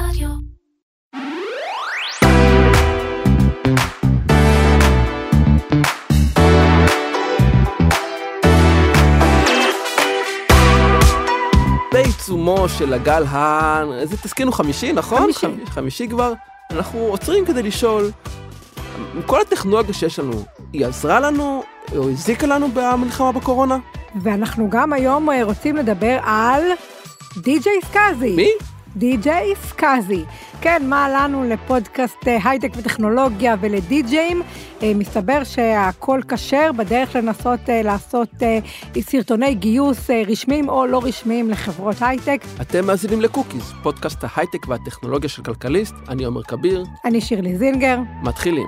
רדיו. בעיצומו של הגל זה תזכינו 50, נכון? 50 כבר. אנחנו עוצרים כדי לשאול, כל הטכנולוגיה שיש לנו, היא עזרה לנו או הזיקה לנו במלחמה בקורונה? ואנחנו גם היום רוצים לדבר על די.ג'יי סקאזי. מי? די.ג'יי סקאזי. כן, מה לנו לפודקאסט הייטק וטכנולוגיה ולדי.ג'יים? מסתבר שהכל כשר בדרך לנסות לעשות סרטוני גיוס רשמיים או לא רשמיים לחברות הייטק. אתם מאזינים לקוקיז, פודקאסט ההייטק והטכנולוגיה של כלכליסט. אני עומר כביר. אני שירלי זינגר. מתחילים.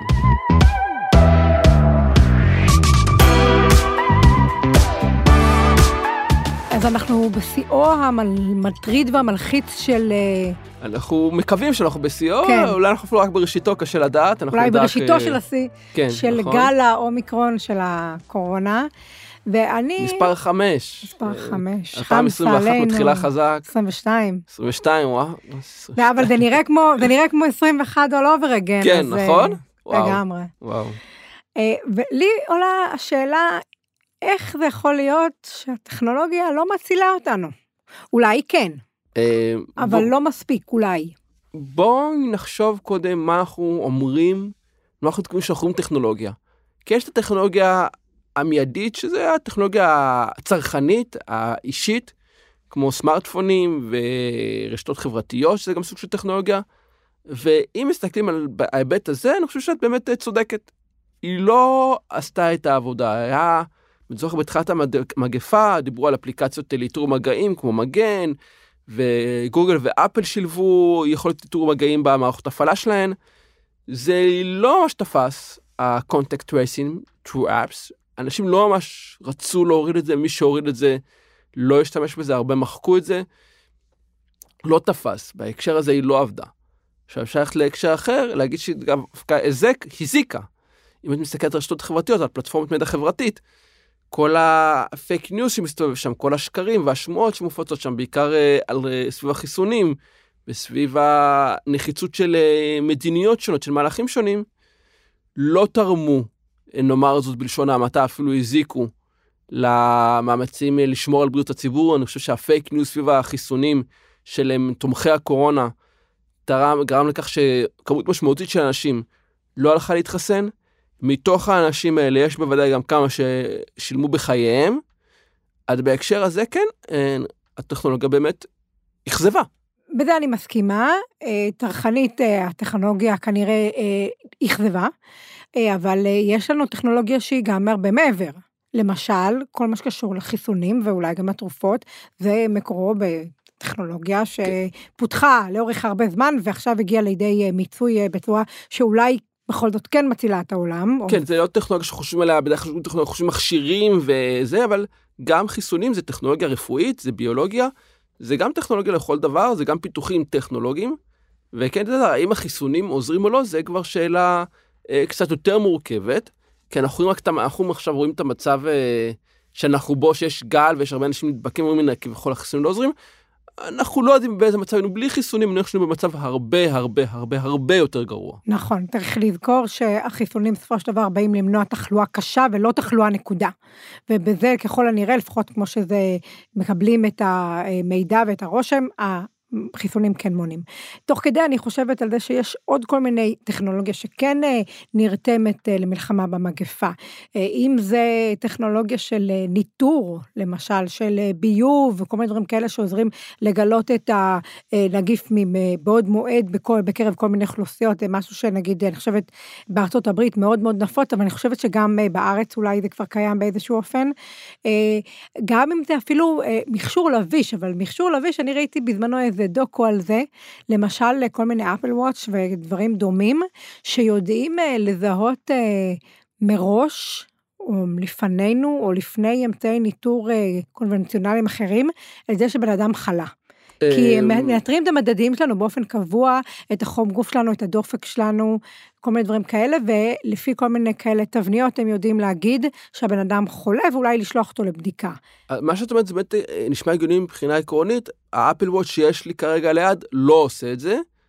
אז אנחנו בשיאו המטריד והמלחיץ של... אנחנו מקווים שאנחנו בשיאו, כן. אולי אנחנו אפילו רק בראשיתו, קשה לדעת. אולי בראשיתו של השיא, כן, של נכון. גל האומיקרון של הקורונה. ואני... מספר 5. מספר 5. 2021 מתחילה חזק. 22. 22, וואו. לא, אבל זה נראה כמו 21 all over again. כן, אז, נכון? וואו. לגמרי. וואו. ולי עולה השאלה, איך זה יכול להיות שהטכנולוגיה לא מצילה אותנו? אולי כן, אבל לא מספיק, אולי. בואו נחשוב קודם מה אנחנו אומרים, מה אנחנו תקווים שאנחנו אומרים טכנולוגיה. כי יש את הטכנולוגיה המיידית, שזה הטכנולוגיה הצרכנית, האישית, כמו סמארטפונים ורשתות חברתיות, שזה גם סוג של טכנולוגיה. ואם מסתכלים על ההיבט הזה, אני חושב שאת באמת צודקת. היא לא עשתה את העבודה, היה... בצורך בתחילת המגפה, דיברו על אפליקציות לאיתור מגעים, כמו מגן, וגוגל ואפל שילבו יכולת איתור מגעים במערכות הפעלה שלהן. זה לא ממש תפס, ה-contact tracing through apps. אנשים לא ממש רצו להוריד את זה, מי שהוריד את זה לא השתמש בזה, הרבה מחקו את זה. לא תפס, בהקשר הזה היא לא עבדה. עכשיו אפשר ללכת להקשר אחר, להגיד שגם הזיקה. אם את מסתכלת על רשתות חברתיות, על פלטפורמת מדיה חברתית, כל הפייק ניוז שמסתובב שם, כל השקרים והשמועות שמופצות שם, בעיקר סביב החיסונים, וסביב הנחיצות של מדיניות שונות, של מהלכים שונים, לא תרמו, נאמר זאת בלשון המעטה, אפילו הזיקו למאמצים לשמור על בריאות הציבור. אני חושב שהפייק ניוז סביב החיסונים של תומכי הקורונה, גרם לכך שכמות משמעותית של אנשים לא הלכה להתחסן. מתוך האנשים האלה יש בוודאי גם כמה ששילמו בחייהם, עד בהקשר הזה כן, הטכנולוגיה באמת אכזבה. בזה אני מסכימה, טרחנית הטכנולוגיה כנראה אכזבה, אבל יש לנו טכנולוגיה שהיא גם הרבה מעבר. למשל, כל מה שקשור לחיסונים ואולי גם התרופות, זה מקורו בטכנולוגיה שפותחה לאורך הרבה זמן, ועכשיו הגיעה לידי מיצוי בצורה שאולי בכל זאת כן מצילה את העולם. כן, זה לא טכנולוגיה שחושבים עליה, בדרך כלל חושבים מכשירים וזה, אבל גם חיסונים זה טכנולוגיה רפואית, זה ביולוגיה, זה גם טכנולוגיה לכל דבר, זה גם פיתוחים טכנולוגיים, וכן, אתה יודע, האם החיסונים עוזרים או לא, זה כבר שאלה קצת יותר מורכבת, כי אנחנו עכשיו רואים את המצב שאנחנו בו, שיש גל ויש הרבה אנשים נדבקים, אומרים, כביכול החיסונים לא עוזרים, אנחנו לא יודעים באיזה מצב היינו בלי חיסונים, אנחנו היינו במצב הרבה יותר גרוע. נכון, צריך לזכור שהחיסונים בסופו של דבר באים למנוע תחלואה קשה ולא תחלואה נקודה. ובזה ככל הנראה, לפחות כמו שזה מקבלים את המידע ואת הרושם, חיסונים כן מונים. תוך כדי אני חושבת על זה שיש עוד כל מיני טכנולוגיה שכן נרתמת למלחמה במגפה. אם זה טכנולוגיה של ניטור, למשל, של ביוב וכל מיני דברים כאלה שעוזרים לגלות את הנגיף מבעוד מועד בקרב כל מיני אוכלוסיות, זה משהו שנגיד, אני חושבת, בארצות הברית מאוד מאוד נפוץ, אבל אני חושבת שגם בארץ אולי זה כבר קיים באיזשהו אופן. גם אם זה אפילו מכשור לביש, אבל מכשור לביש אני ראיתי בזמנו איזה דוקו על זה, למשל כל מיני אפל וואץ' ודברים דומים, שיודעים לזהות מראש, או לפנינו, או לפני אמצעי ניטור קונבנציונליים אחרים, על זה שבן אדם חלה. כי הם מנטרים את המדדים שלנו באופן קבוע, את החום גוף שלנו, את הדופק שלנו, כל מיני דברים כאלה, ולפי כל מיני כאלה תבניות, הם יודעים להגיד שהבן אדם חולה, ואולי לשלוח אותו לבדיקה. מה שאת אומרת, זה באמת נשמע הגיוני מבחינה עקרונית, האפל וואץ' שיש לי כרגע ליד לא עושה את זה,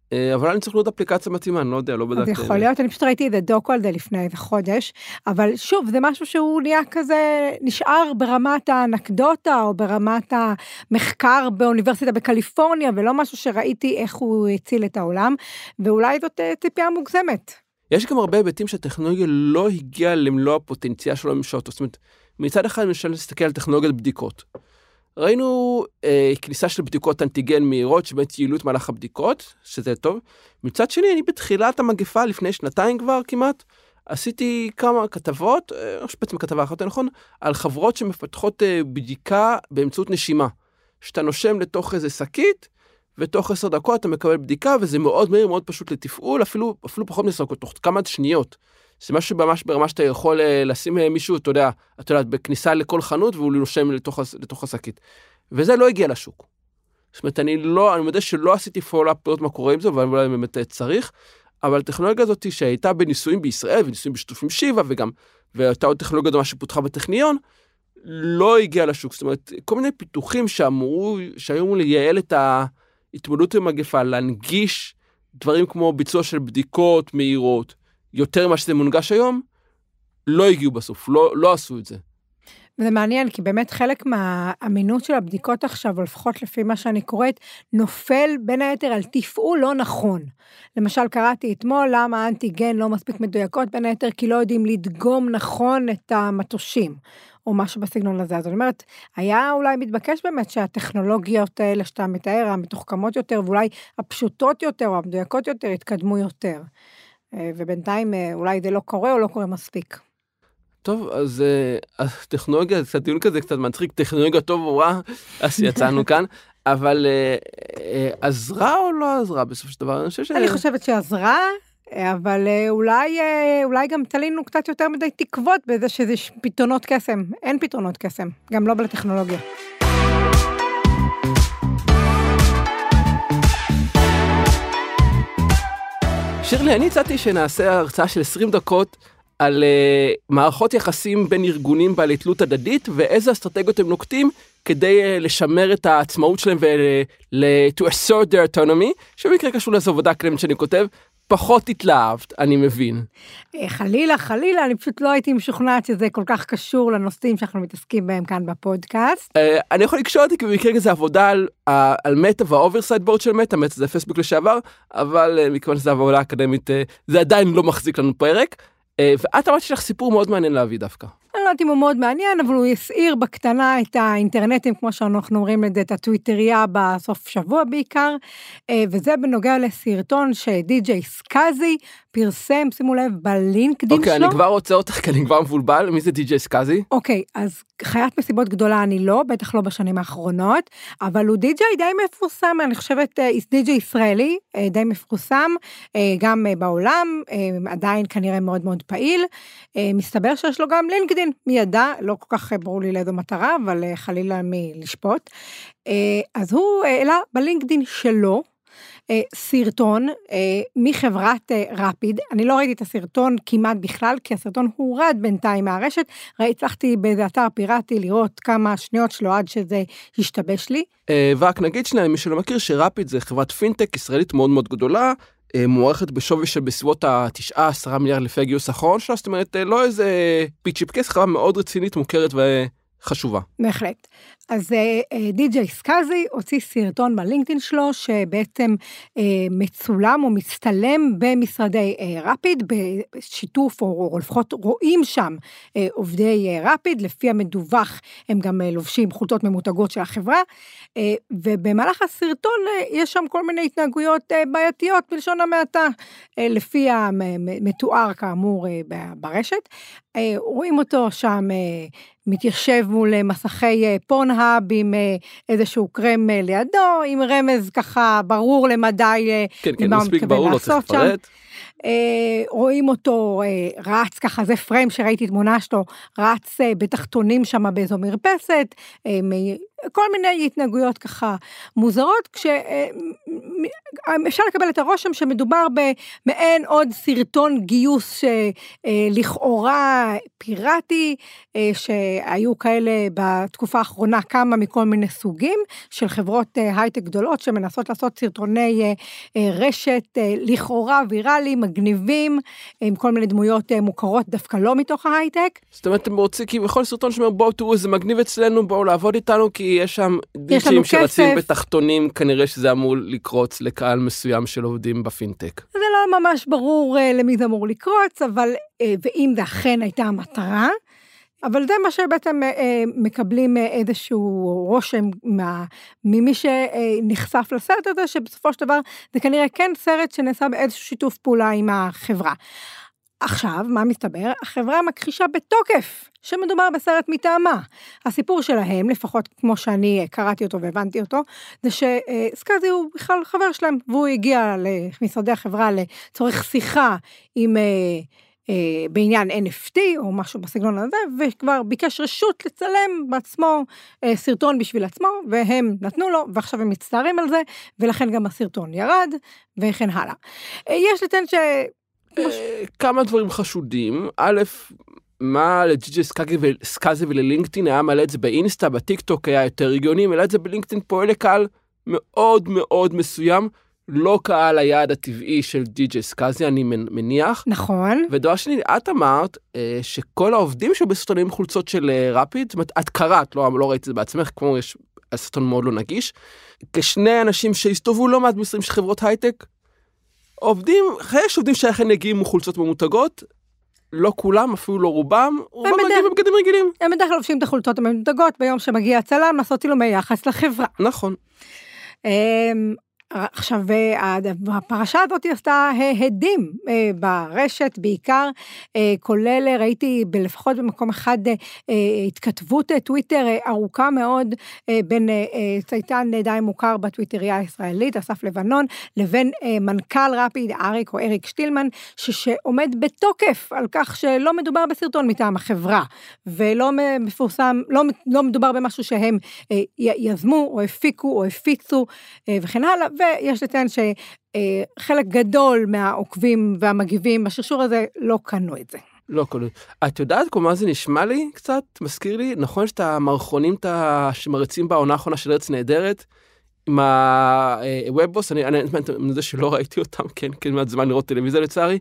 אבל אני צריך לראות אפליקציה מתאימה, אני לא יודע, לא בדקתי. אז יכול להיות, אני פשוט ראיתי איזה דוקו על זה לפני איזה חודש, אבל שוב, זה משהו שהוא נהיה כזה, נשאר ברמת האנקדוטה, או ברמת המחקר באוניברסיטה בקליפורניה, ולא משהו שראיתי איך הוא הציל את העולם, ואולי זאת ציפייה מוגזמת. יש גם הרבה היבטים שהטכנולוגיה לא הגיעה למלוא הפוטנציאל שלו ממשלות. זאת אומרת, מצד אחד למשל נסתכל על טכנולוגיית בדיקות. ראינו כניסה של בדיקות אנטיגן מהירות, שבאמת יעילות מהלך הבדיקות, שזה טוב. מצד שני, אני בתחילת המגפה, לפני שנתיים כבר כמעט, עשיתי כמה כתבות, בעצם כתבה אחת, נכון? על חברות שמפתחות בדיקה באמצעות נשימה. שאתה נושם לתוך איזה שקית, ותוך 10 דקות אתה מקבל בדיקה, וזה מאוד מהיר, מאוד פשוט לתפעול, אפילו פחות מ10 דקות, תוך כמה שניות. זה משהו ממש ברמה שאתה יכול לשים מישהו, אתה יודע, בכניסה לכל חנות, והוא נושם לתוך השקית. וזה לא הגיע לשוק. זאת אומרת, אני יודע שלא עשיתי פולאפ, מה קורה עם זה, אבל אולי באמת צריך, אבל הטכנולוגיה הזאת שהייתה בניסויים בישראל, וניסויים בשיתוף עם שיבה, והייתה עוד טכנולוגיה דומה שפותחה בטכניון, לא הגיעה לשוק. זאת אומרת, כל מיני פיתוחים שהיו אמורים לייעל את ההתמודדות עם מגפה, להנגיש דברים כמו ביצוע של בדיקות מהירות, יותר ממה שזה מונגש היום, לא הגיעו בסוף, לא עשו את זה. וזה מעניין, כי באמת חלק מהאמינות של הבדיקות עכשיו, או לפחות לפי מה שאני קוראת, נופל בין היתר על תפעול לא נכון. למשל, קראתי אתמול למה האנטיגן לא מספיק מדויקות, בין היתר כי לא יודעים לדגום נכון את המטושים, או משהו בסגנון הזה. אז אני אומרת, היה אולי מתבקש באמת שהטכנולוגיות האלה שאתה מתאר, המתוחכמות יותר, ואולי הפשוטות יותר, או המדויקות יותר, יתקדמו יותר. ובינתיים אולי זה לא קורה, או לא קורה מספיק. טוב, אז הטכנולוגיה, זה דיון כזה קצת מצחיק, טכנולוגיה טוב או רע, אז יצאנו כאן, אבל עזרה או לא עזרה בסופו של דבר? אני חושבת שעזרה, אבל אולי גם תלינו קצת יותר מדי תקוות בזה שזה פתרונות קסם. אין פתרונות קסם, גם לא בטכנולוגיה. שירלי, אני הצעתי שנעשה הרצאה של 20 דקות על מערכות יחסים בין ארגונים בעלי תלות הדדית, ואיזה אסטרטגיות הם נוקטים כדי לשמר את העצמאות שלהם to assert their autonomy, שבמקרה קשור לאיזו עבודה אקדמית שאני כותב, פחות התלהבת, אני מבין. חלילה, אני פשוט לא הייתי משוכנעת שזה כל כך קשור לנושאים שאנחנו מתעסקים בהם כאן בפודקאסט. אני יכול לקשור אותי, כי במקרה כזה עבודה על מטה והאוברסייד בורד של מטה זה פייסבוק לשעבר, אבל מכיוון שזה עבודה אקדמית, זה עדיין לא מחזיק לנו פרק, ואת אמרת שיש לך סיפור מאוד מעניין להביא דווקא. אני לא יודעת אם הוא מאוד מעניין, אבל הוא יסעיר בקטנה את האינטרנטים, כמו שאנחנו אומרים לזה, את הטוויטריה בסוף שבוע בעיקר, וזה בנוגע לסרטון שדי.ג'יי סקאזי פרסם, שימו לב, בלינקדין שלו. אוקיי, אני כבר רוצה אותך, כי אני כבר מבולבל. מי זה די.ג'יי סקאזי? אוקיי, אז חיית מסיבות גדולה אני לא, בטח לא בשנים האחרונות, אבל הוא די.ג'יי די מפורסם, אני חושבת די.ג'יי ישראלי, די מפורסם, גם בעולם, עדיין כנראה מאוד מאוד פעיל, מסתבר שיש לו גם לינקדין, מי ידע, לא כל כך ברור לי לאיזו מטרה, אבל חלילה מלשפוט. אז הוא העלה בלינקדין שלו, סרטון מחברת רפיד, אני לא ראיתי את הסרטון כמעט בכלל, כי הסרטון הורד בינתיים מהרשת, הצלחתי באיזה אתר פיראטי לראות כמה שניות שלו עד שזה השתבש לי. ורק נגיד שניים, מי שלא מכיר שרפיד זה חברת פינטק ישראלית מאוד מאוד גדולה, מוערכת בשווי של בסביבות ה9-10 מיליארד לפי הגיוס האחרון שלה, זאת אומרת לא איזה פיצ'יפקס, חברה מאוד רצינית, מוכרת וחשובה. בהחלט. אז די.ג'יי סקאזי הוציא סרטון בלינקדין שלו, שבעצם מצולם או מצטלם במשרדי רפיד, בשיתוף, או לפחות רואים שם עובדי רפיד, לפי המדווח הם גם לובשים חולצות ממותגות של החברה, ובמהלך הסרטון יש שם כל מיני התנהגויות בעייתיות, בלשון המעטה, לפי המתואר כאמור ברשת, רואים אותו שם מתיישב מול מסכי פורנהאב עם איזשהו קרם לידו, עם רמז ככה ברור למדי, כן, מספיק ברור, לא צריך לפרט. רואים אותו רץ ככה, זה פריים שראיתי תמונה שלו, רץ בתחתונים שם באיזו מרפסת, כל מיני התנהגויות ככה מוזרות, אפשר לקבל את הרושם שמדובר במעין עוד סרטון גיוס לכאורה פיראטי, שהיו כאלה בתקופה האחרונה כמה מכל מיני סוגים של חברות הייטק גדולות שמנסות לעשות סרטוני רשת לכאורה ויראלי, מגניבים, עם כל מיני דמויות מוכרות דווקא לא מתוך ההייטק. זאת אומרת, אתם רוצים, כי בכל סרטון שאומר, בואו תראו, זה מגניב אצלנו, בואו לעבוד איתנו, כי יש שם דיג'ים שרצים בתחתונים, כנראה שזה אמור לקרוץ לקהל מסוים של עובדים בפינטק. זה לא ממש ברור למי זה אמור לקרוץ, אבל, ואם זה אכן הייתה המטרה, אבל זה מה שבעצם מקבלים איזשהו רושם ממי שנחשף לסרט הזה, שבסופו של דבר זה כנראה כן סרט שנעשה באיזשהו שיתוף פעולה עם החברה. עכשיו, מה מסתבר? החברה מכחישה בתוקף שמדובר בסרט מטעמה. הסיפור שלהם, לפחות כמו שאני קראתי אותו והבנתי אותו, זה שסקאזי הוא בכלל חבר שלהם, והוא הגיע למשרדי החברה לצורך שיחה עם בעניין NFT או משהו בסגנון הזה, וכבר ביקש רשות לצלם בעצמו סרטון בשביל עצמו, והם נתנו לו, ועכשיו הם מצטערים על זה, ולכן גם הסרטון ירד, וכן הלאה. יש לציין כמה דברים חשודים. א', מה לג'י סקאזי וללינקדאין היה מלא את זה באינסטה, בטיקטוק היה יותר הגיוני, מלא את זה בלינקדאין פועל לקהל מאוד מאוד מסוים, לא קהל היעד הטבעי של ג'י סקאזי, אני מניח. נכון. ודבר שני, את אמרת שכל העובדים שהיו בסרטונים חולצות של רפיד, זאת אומרת, את קראת, לא ראית את זה בעצמך, כמו יש הסרטון מאוד לא נגיש, כשני אנשים שהסתובבו לא מעט משרים של חברות הייטק, עובדים, יש עובדים שאכן יגיעים מחולצות ממותגות, לא כולם, אפילו לא רובם, רובם מגיעים בבגדים רגילים. הם בדרך כלל לובשים את החולצות הממותגות, ביום שמגיע הצלם, לעשות צילומי יחס לחברה. נכון. עכשיו, הפרשה הזאת עשתה הדים ברשת בעיקר, כולל, ראיתי לפחות במקום אחד התכתבות טוויטר ארוכה מאוד, בין צייתן די מוכר בטוויטריה הישראלית, אסף לבנון, לבין מנכ"ל רפיד אריק או אריק שטילמן, שעומד בתוקף על כך שלא מדובר בסרטון מטעם החברה, ולא מפורסם, לא מדובר במשהו שהם יזמו או הפיקו או הפיצו וכן הלאה, ויש לציין שחלק גדול מהעוקבים והמגיבים בשרשור הזה לא קנו את זה. לא קנו. את יודעת מה זה נשמע לי קצת? מזכיר לי? נכון שאת המערכונים שמריצים בעונה האחרונה של ארץ נהדרת, עם הוובוס, אני יודע שלא ראיתי אותם, כן, מעט זמן לראות טלוויזיה לצערי,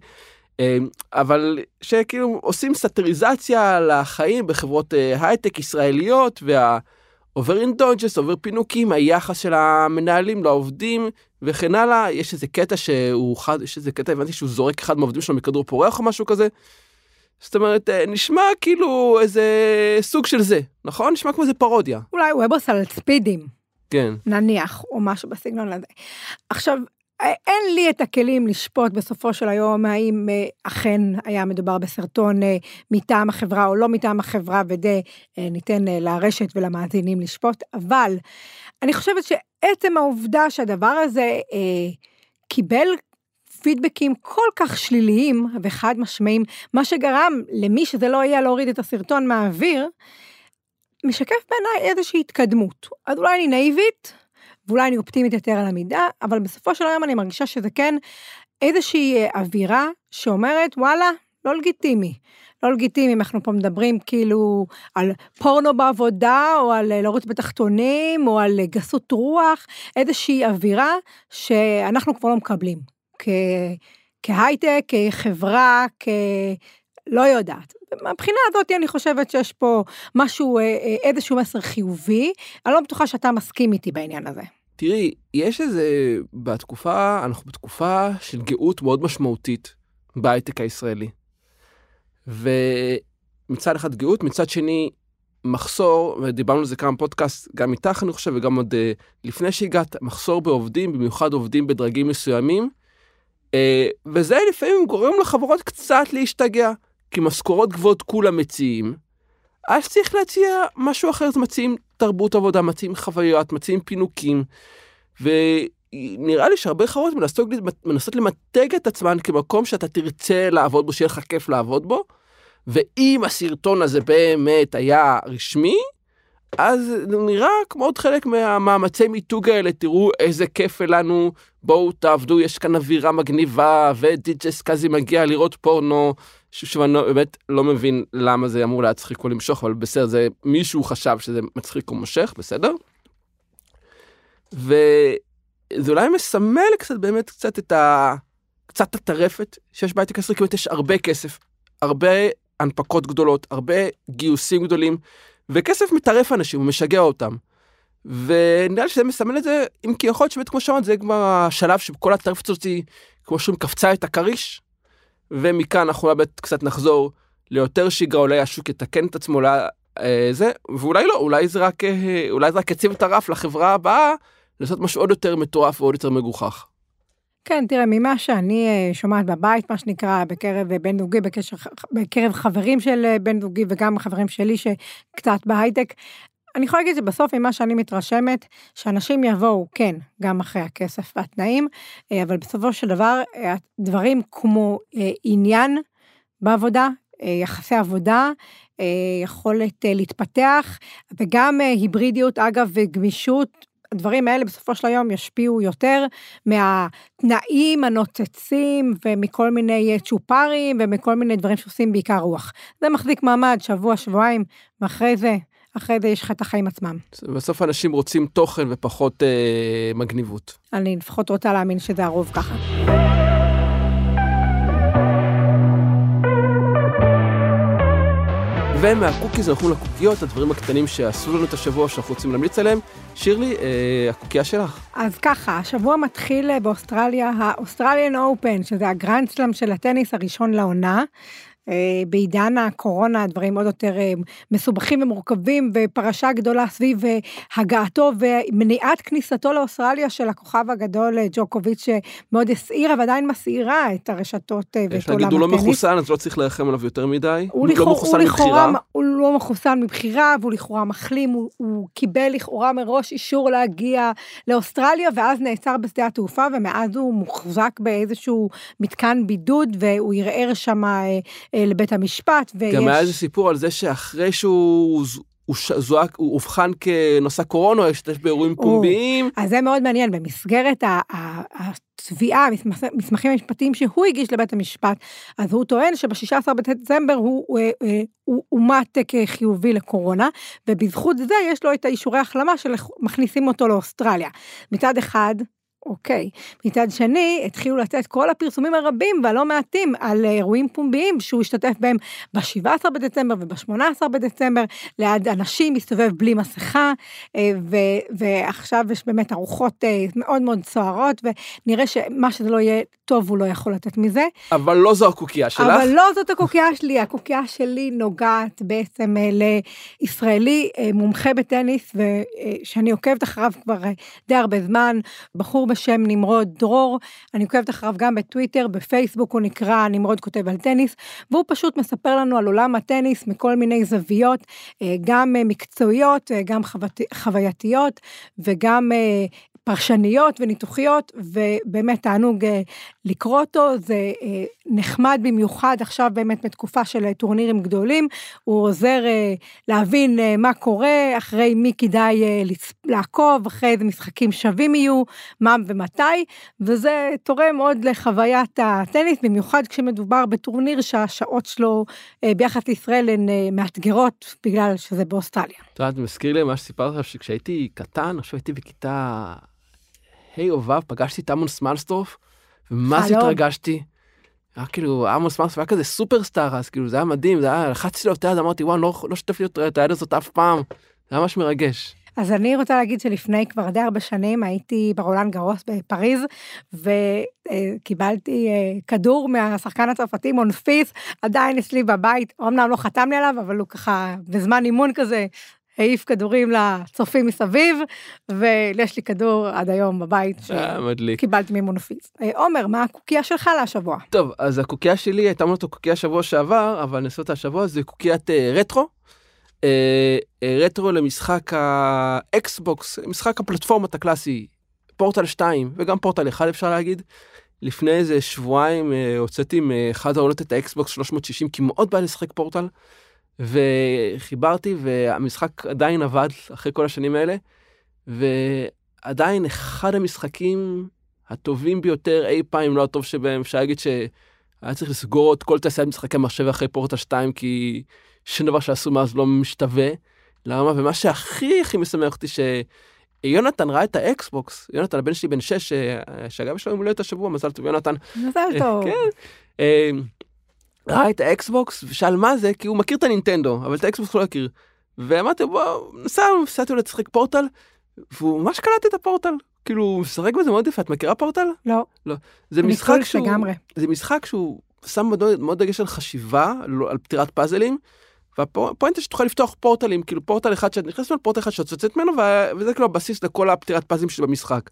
אבל שכאילו עושים סטריזציה לחיים בחברות הייטק ישראליות, עובר אינדונג'ס, עובר פינוקים, היחס של המנהלים לעובדים וכן הלאה. יש איזה קטע הבנתי שהוא זורק אחד מהעובדים שלו מכדור פורח או משהו כזה. זאת אומרת, נשמע כאילו איזה סוג של זה, נכון? נשמע כמו איזה פרודיה. אולי וובוס על ספידים. כן. נניח, או משהו בסגנון הזה. עכשיו, אין לי את הכלים לשפוט בסופו של היום, האם אכן היה מדובר בסרטון מטעם החברה או לא מטעם החברה, וזה ניתן לרשת ולמאזינים לשפוט, אבל אני חושבת שעצם העובדה שהדבר הזה קיבל פידבקים כל כך שליליים וחד משמעיים, מה שגרם למי שזה לא יהיה להוריד את הסרטון מהאוויר, משקף בעיניי איזושהי התקדמות. אז אולי אני נאיבית, ואולי אני אופטימית יותר על המידה, אבל בסופו של היום אני מרגישה שזה כן איזושהי אווירה שאומרת, וואלה, לא לגיטימי. לא לגיטימי, אנחנו פה מדברים כאילו על פורנו בעבודה, או על לרוץ בתחתונים, או על גסות רוח, איזושהי אווירה שאנחנו כבר לא מקבלים. כהייטק, כחברה, לא יודעת. מבחינה הזאת אני חושבת שיש פה משהו, איזשהו מסר חיובי, אני לא בטוחה שאתה מסכים איתי בעניין הזה. תראי, יש איזה, אנחנו בתקופה של גאות מאוד משמעותית בהייטק הישראלי. ומצד אחד גאות, מצד שני מחסור, ודיברנו על זה כמה פודקאסט, גם איתך אני חושב, וגם עוד לפני שהגעת, מחסור בעובדים, במיוחד עובדים בדרגים מסוימים, וזה לפעמים גורם לחברות קצת להשתגע, כי משכורות גבוהות כולם מציעים, אז צריך להציע משהו אחר, מציעים תרבות עבודה, מציעים חוויות, מציעים פינוקים, ונראה לי שהרבה חברות מנסות למתג את עצמן כמקום שאתה תרצה לעבוד בו, שיהיה לך כיף לעבוד בו, ואם הסרטון הזה באמת היה רשמי, אז זה נראה כמו עוד חלק מהמאמצי מיתוג האלה, תראו איזה כיף לנו, בואו תעבדו, יש כאן אווירה מגניבה, ודי.ג'יי סקאזי מגיע לראות פורנו, שאני באמת לא מבין למה זה אמור להצחיק או למשוך, אבל בסדר, זה מישהו חשב שזה מצחיק או מושך, בסדר? וזה אולי מסמל קצת, באמת קצת קצת הטרפת שיש בהייטק הישראלי, כי יש הרבה כסף, הרבה הנפקות גדולות, הרבה גיוסים גדולים, וכסף מטרף אנשים, הוא משגע אותם. ונראה לי שזה מסמל את זה, אם כי יכול להיות שבאמת כמו שאמרת, זה כבר השלב שכל הטרפת הזאת, כמו שאומרים, קפצה את הכריש, ומכאן אנחנו אולי קצת נחזור ליותר שגרה, אולי השוק יתקן את עצמו, זה, ואולי לא, אולי זה רק יציב את הרף לחברה הבאה, לעשות משהו עוד יותר מטורף ועוד יותר מגוחך. כן, תראה, ממה שאני שומעת בבית, מה שנקרא, בקרב בן זוגי, בקרב חברים של בן זוגי, וגם חברים שלי שקצת בהייטק, אני יכולה להגיד שבסוף, ממה שאני מתרשמת, שאנשים יבואו, כן, גם אחרי הכסף והתנאים, אבל בסופו של דבר, דברים כמו עניין בעבודה, יחסי עבודה, יכולת להתפתח, וגם היברידיות, אגב, וגמישות, הדברים האלה בסופו של היום ישפיעו יותר מהתנאים הנוצצים ומכל מיני צ'ופרים ומכל מיני דברים שעושים בעיקר רוח. זה מחזיק מעמד שבוע, שבועיים, ואחרי זה יש לך את החיים עצמם. בסוף אנשים רוצים תוכן ופחות מגניבות. אני לפחות רוצה להאמין שזה הרוב ככה. ומהקוקיז אנחנו לקוקיות, הדברים הקטנים שעשו לנו את השבוע שאנחנו רוצים להמליץ עליהם. שירלי, הקוקיה שלך. אז ככה, השבוע מתחיל באוסטרליה, האוסטרליאן אופן, שזה הגרנד סלאם של הטניס הראשון לעונה, בעידן הקורונה, הדברים עוד יותר מסובכים ומורכבים, ופרשה גדולה סביב הגעתו ומניעת כניסתו לאוסטרליה של הכוכב הגדול ג'וקוביץ' שמאוד הסעירה ועדיין מסעירה את הרשתות ואת עולם הטניס. יש להגיד, הוא לא מחוסן, אז לא צריך להרחם עליו יותר מדי. הוא לא מחוסן מבחירה. הוא לא מחוסן מבחירה, והוא לכאורה מחלים, הוא קיבל לכאורה מראש אישור להגיע לאוסטרליה, ואז נעצר בשדה התעופה, ומאז הוא מוחזק באיזשהו מתקן בידוד, והוא ירער שם לבית המשפט. גם היה איזה סיפור על זה שאחרי שהוא זועק, הוא הובחן כנושא קורונה, השתתף באירועים פומביים. אז זה מאוד מעניין, במסגרת התביעה, מסמכים המשפטיים שהוא הגיש לבית המשפט, אז הוא טוען שב-16 בדצמבר הוא אומת כחיובי לקורונה, ובזכות זה יש לו את האישורי החלמה שמכניסים אותו לאוסטרליה. מצד אחד, אוקיי. מצד שני, התחילו לצאת כל הפרסומים הרבים והלא מעטים על אירועים פומביים שהוא השתתף בהם ב-17 בדצמבר וב-18 בדצמבר, ליד אנשים מסתובב בלי מסכה, ועכשיו יש באמת ארוחות מאוד מאוד סוערות, ונראה שמה שזה לא יהיה טוב הוא לא יכול לתת מזה. אבל לא זו הקוקיה שלך. אבל לא זאת הקוקיה שלי, הקוקיה שלי נוגעת בעצם לישראלי מומחה בטניס, ושאני עוקבת אחריו כבר די הרבה זמן, בחור בשם נמרוד דרור, אני עוקבת אחריו גם בטוויטר, בפייסבוק הוא נקרא נמרוד כותב על טניס, והוא פשוט מספר לנו על עולם הטניס מכל מיני זוויות, גם מקצועיות, גם חווייתיות, וגם פרשניות וניתוחיות, ובאמת תענוג לקרוא אותו, זה נחמד במיוחד, עכשיו באמת בתקופה של טורנירים גדולים, הוא עוזר להבין מה קורה, אחרי מי כדאי לעקוב, אחרי איזה משחקים שווים יהיו, מה ומתי, וזה תורם מאוד לחוויית הטניס, במיוחד כשמדובר בטורניר שהשעות שלו ביחס לישראל הן מאתגרות, בגלל שזה באוסטרליה. אתה יודע, מזכיר לי מה שסיפרת לך, שכשהייתי קטן, עכשיו הייתי בכיתה היי או וו, פגשתי את אמוס מלסטרוף, ומה זה התרגשתי? היה כאילו, אמוס מלסטרוף היה כזה סופרסטאר, אז כאילו זה היה מדהים, זה היה, לחצתי לו את היד, אמרתי, וואו, לא שתף לי את היד הזאת אף פעם, זה היה ממש מרגש. אז אני רוצה להגיד שלפני כבר די הרבה שנים, הייתי ברולאן גרוס בפריז, וקיבלתי כדור מהשחקן הצרפתי, מונפיס, עדיין אצלי בבית, אמנם לא חתם לי עליו, אבל הוא ככה, בזמן אימון כזה, העיף כדורים לצופים מסביב, ויש לי כדור עד היום בבית, שקיבלתי ממונפיס. עומר, מה הקוקיה שלך להשבוע? טוב, אז הקוקיה שלי, הייתה לנו את הקוקיה שבוע שעבר, אבל נעשה אותה השבוע, זה קוקיית רטרו, רטרו למשחק האקסבוקס, משחק הפלטפורמת הקלאסי, פורטל 2 וגם פורטל 1 אפשר להגיד. לפני איזה שבועיים הוצאתי עם אחד העונות את האקסבוקס 360, כי מאוד בא לשחק פורטל, וחיברתי, והמשחק עדיין עבד אחרי כל השנים האלה, ועדיין אחד המשחקים הטובים ביותר אי פעם, לא הטוב שבהם, אפשר להגיד שהיה צריך לסגור את כל תעשיית משחקי המחשב אחרי פורטל 2, כי שום דבר שעשו מאז לא משתווה. למה? ומה שהכי הכי משמח אותי, שיונתן ראה את האקסבוקס, יונתן הבן שלי בן 6, שאגב יש לו יום הולדת השבוע, מזל טוב יונתן. מזל טוב. כן. ראה את האקסבוקס ושאל מה זה, כי הוא מכיר את הנינטנדו, אבל את האקסבוקס הוא לא מכיר. ואמרתי, בוא, נסעתי לו לשחק פורטל, והוא ממש קלט את הפורטל. כאילו, הוא משחק בזה מאוד יפה. את מכירה פורטל? לא. לא. זה משחק שהוא שם מאוד דגש על חשיבה, על פתירת פאזלים, והפואנטה שתוכל לפתוח פורטלים, כאילו פורטל אחד שאת נכנסת ממנו, פורטל אחד שאת יוצאת ממנו, וזה כאילו הבסיס לכל הפתירת פאזלים שבמשחק.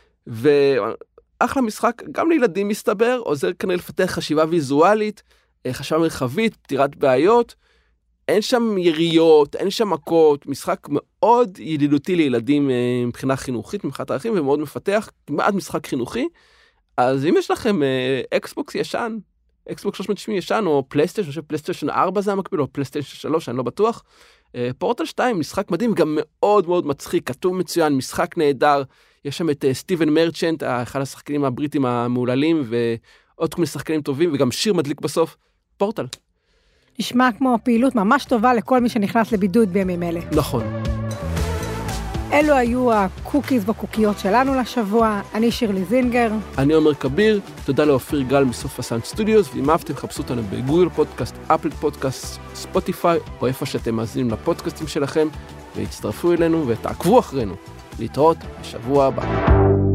ואחלה משחק, גם לילדים מסתבר, עוזר כנראה לפתח חשיבה ויזואלית, חשיבה מרחבית, פתירת בעיות, אין שם יריות, אין שם מכות, משחק מאוד ידידותי לילדים מבחינה חינוכית, מבחינת ערכים, ומאוד מפתח, כמעט משחק חינוכי. אז אם יש לכם אקסבוקס ישן, אקסבוקס 360 ישן, או פלייסטיישן, אני חושב פלייסטיישן 4 זה המקביל, או פלייסטיישן 3, אני לא בטוח. פורטל 2, משחק מדהים, גם מאוד מאוד מצחיק, כתוב מצוין, משחק נהדר, יש שם את סטיבן מרצ'נט, אחד השחקנים הבריטים המעוללים, ועוד כל מיני שחקנים טובים, וגם שיר מדליק בסוף, פורטל. נשמע כמו פעילות ממש טובה לכל מי שנכנס לבידוד בימים אלה. נכון. אלו היו הקוקיז והקוקיות שלנו לשבוע. אני שירלי זינגר. אני עומר כביר. תודה לאופיר גל מסוף הסאונד סטודיוס, ואם אהבתם חפשו אותנו בגוגל פודקאסט, אפל פודקאסט, ספוטיפיי, או איפה שאתם מאזינים לפודקאסטים שלכם, והצטרפו אלינו ותעקבו אחרינו. להתראות בשבוע הבא.